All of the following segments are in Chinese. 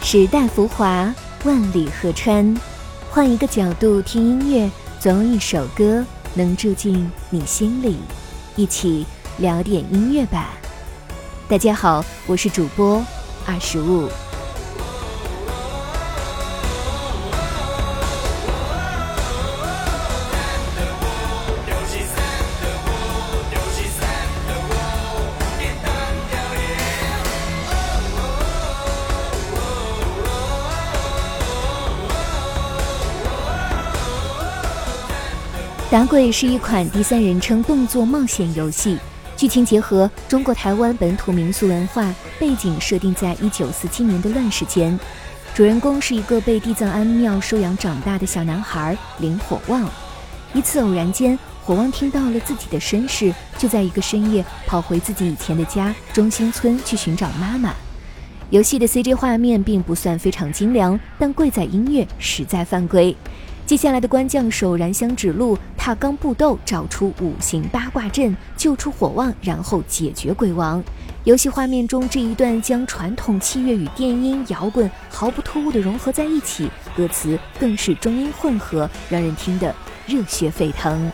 时代浮华，万里河川，换一个角度听音乐，总有一首歌能住进你心里。一起聊点音乐吧。大家好，我是主播25。打鬼是一款第三人称动作冒险游戏，剧情结合中国台湾本土民俗文化，背景设定在1947年的乱世间。主人公是一个被地藏庵庙收养长大的小男孩林火旺。一次偶然间，火旺听到了自己的身世，就在一个深夜跑回自己以前的家中心村去寻找妈妈。游戏的 CG 画面并不算非常精良，但贵在音乐实在犯规。接下来的官将手燃香指路，踏罡步斗，找出5行八卦阵，救出火旺，然后解决鬼王。游戏画面中这一段将传统器乐与电音摇滚毫不突兀地融合在一起，歌词更是中英混合，让人听得热血沸腾。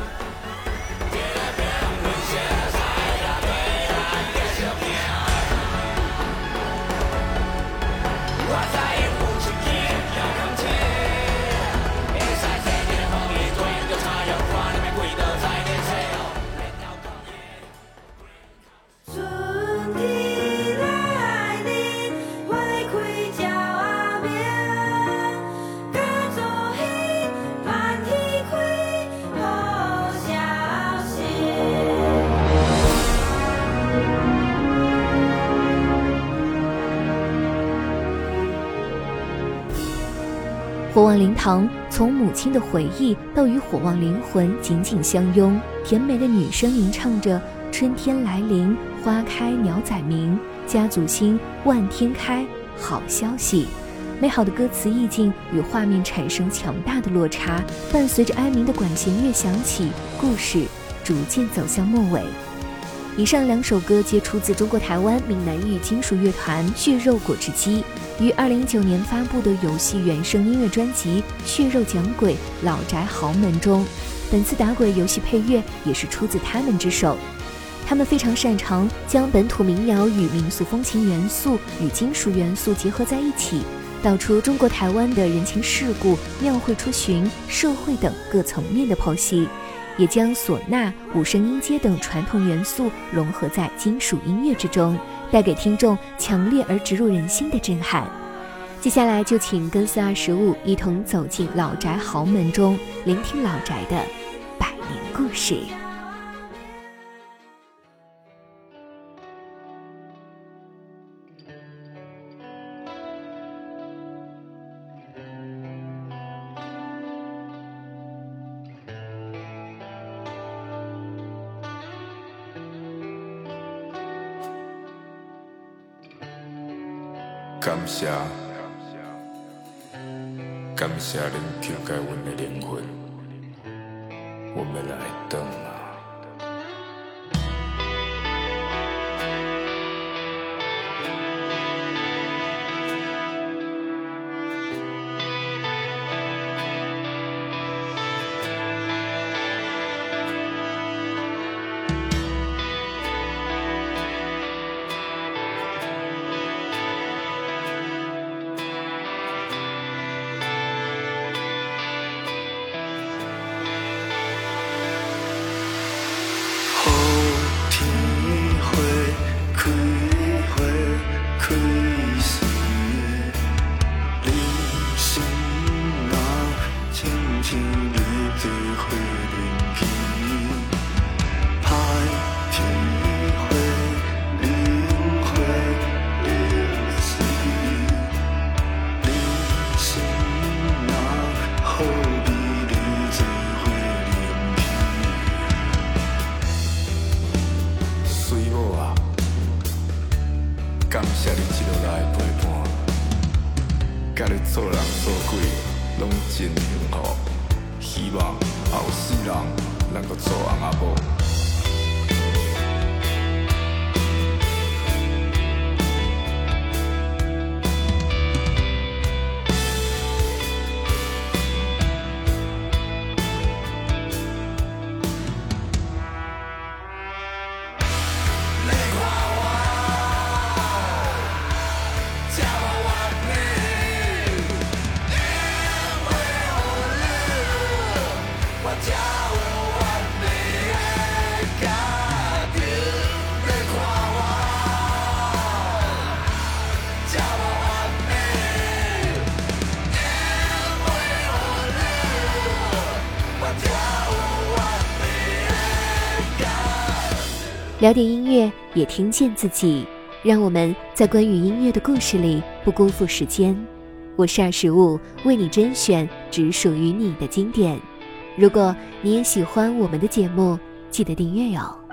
火旺灵堂从母亲的回忆到与火旺灵魂紧紧相拥，甜美的女声吟唱着春天来临，花开鸟仔鸣，家族兴万天开，好消息。美好的歌词意境与画面产生强大的落差，伴随着哀鸣的管弦乐响起，故事逐渐走向末尾。以上2首歌皆出自中国台湾闽南语金属乐团血肉果汁机于2019年发布的游戏原声音乐专辑《血肉讲鬼老宅豪门》中，本次打鬼游戏配乐也是出自他们之手。他们非常擅长将本土民谣与民俗风情元素与金属元素结合在一起，道出中国台湾的人情世故、庙会出巡、社会等各层面的剖析，也将唢呐、五声音阶等传统元素融合在金属音乐之中，带给听众强烈而植入人心的震撼。接下来就请跟随25一同走进老宅豪门中，聆听老宅的百年故事。 感谢恁救解阮的灵魂，我们来等啊。感谢你一路来的陪伴，甲你做人做鬼，拢真幸福。希望后世人能够做翁仔某。 聊点音乐，也听见自己，让我们在关于音乐的故事里不辜负时间。我是25，为你甄选只属于你的经典。如果你也喜欢我们的节目，记得订阅哟。